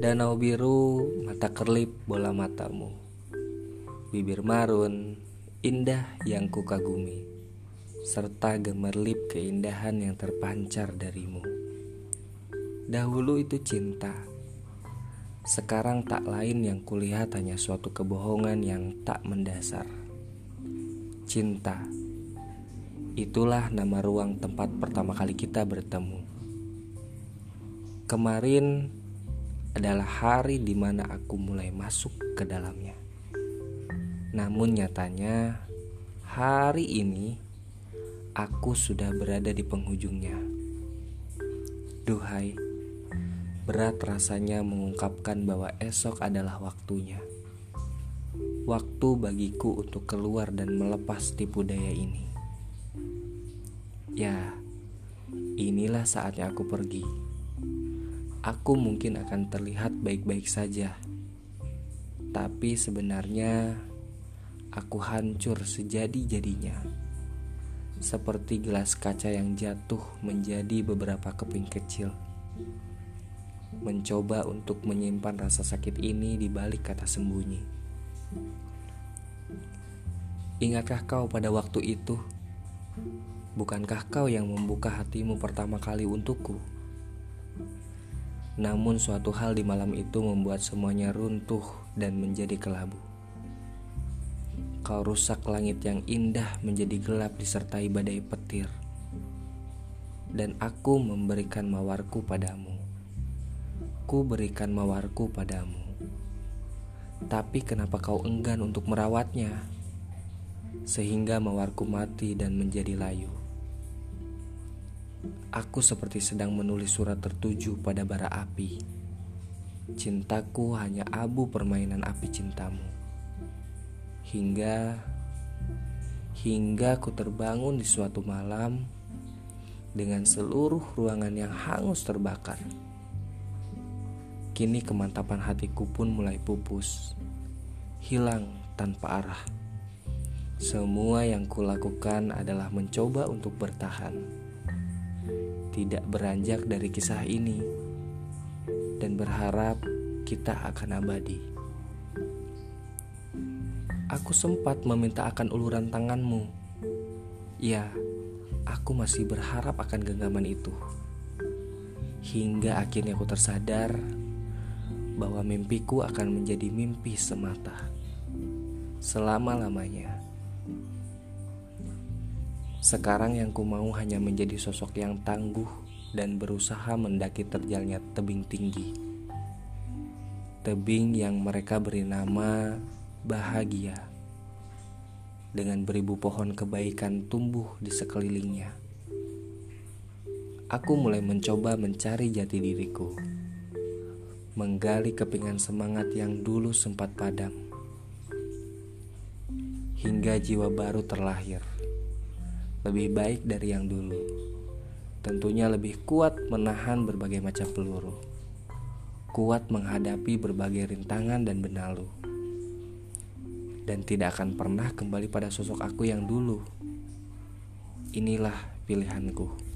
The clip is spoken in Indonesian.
Danau biru, mata kerlip bola matamu. Bibir marun, indah yang kukagumi, serta gemerlip keindahan yang terpancar darimu. Dahulu itu cinta, sekarang tak lain yang kulihat hanya suatu kebohongan yang tak mendasar. Cinta, itulah nama ruang tempat pertama kali kita bertemu. Kemarin adalah hari di mana aku mulai masuk ke dalamnya. Namun nyatanya, hari ini aku sudah berada di penghujungnya. Duhai, berat rasanya mengungkapkan bahwa esok adalah waktunya. Waktu bagiku untuk keluar dan melepas tipu daya ini. Ya, inilah saatnya aku pergi. Aku mungkin akan terlihat baik-baik saja, tapi sebenarnya aku hancur sejadi-jadinya, seperti gelas kaca yang jatuh menjadi beberapa keping kecil. Mencoba untuk menyimpan rasa sakit ini di balik kata sembunyi. Ingatkah kau pada waktu itu? Bukankah kau yang membuka hatimu pertama kali untukku? Namun suatu hal di malam itu membuat semuanya runtuh dan menjadi kelabu. Kau rusak langit yang indah menjadi gelap disertai badai petir. Dan aku memberikan mawarku padamu. Ku berikan mawarku padamu. Tapi kenapa kau enggan untuk merawatnya? Sehingga mawarku mati dan menjadi layu. Aku seperti sedang menulis surat tertuju pada bara api. Cintaku hanya abu permainan api cintamu. Hingga ku terbangun di suatu malam dengan seluruh ruangan yang hangus terbakar. Kini kemantapan hatiku pun mulai pupus, hilang tanpa arah. Semua yang kulakukan adalah mencoba untuk bertahan, tidak beranjak dari kisah ini, dan berharap kita akan abadi. Aku sempat meminta akan uluran tanganmu. Ya, aku masih berharap akan genggaman itu. Hingga akhirnya aku tersadar bahwa mimpiku akan menjadi mimpi semata, selama-lamanya. Sekarang yang ku mau hanya menjadi sosok yang tangguh dan berusaha mendaki terjalnya tebing tinggi. Tebing yang mereka beri nama bahagia, dengan beribu pohon kebaikan tumbuh di sekelilingnya. Aku mulai mencoba mencari jati diriku, menggali kepingan semangat yang dulu sempat padam, hingga jiwa baru terlahir, lebih baik dari yang dulu. Tentunya lebih kuat menahan berbagai macam peluru, kuat menghadapi berbagai rintangan dan benalu, dan tidak akan pernah kembali pada sosok aku yang dulu. Inilah pilihanku.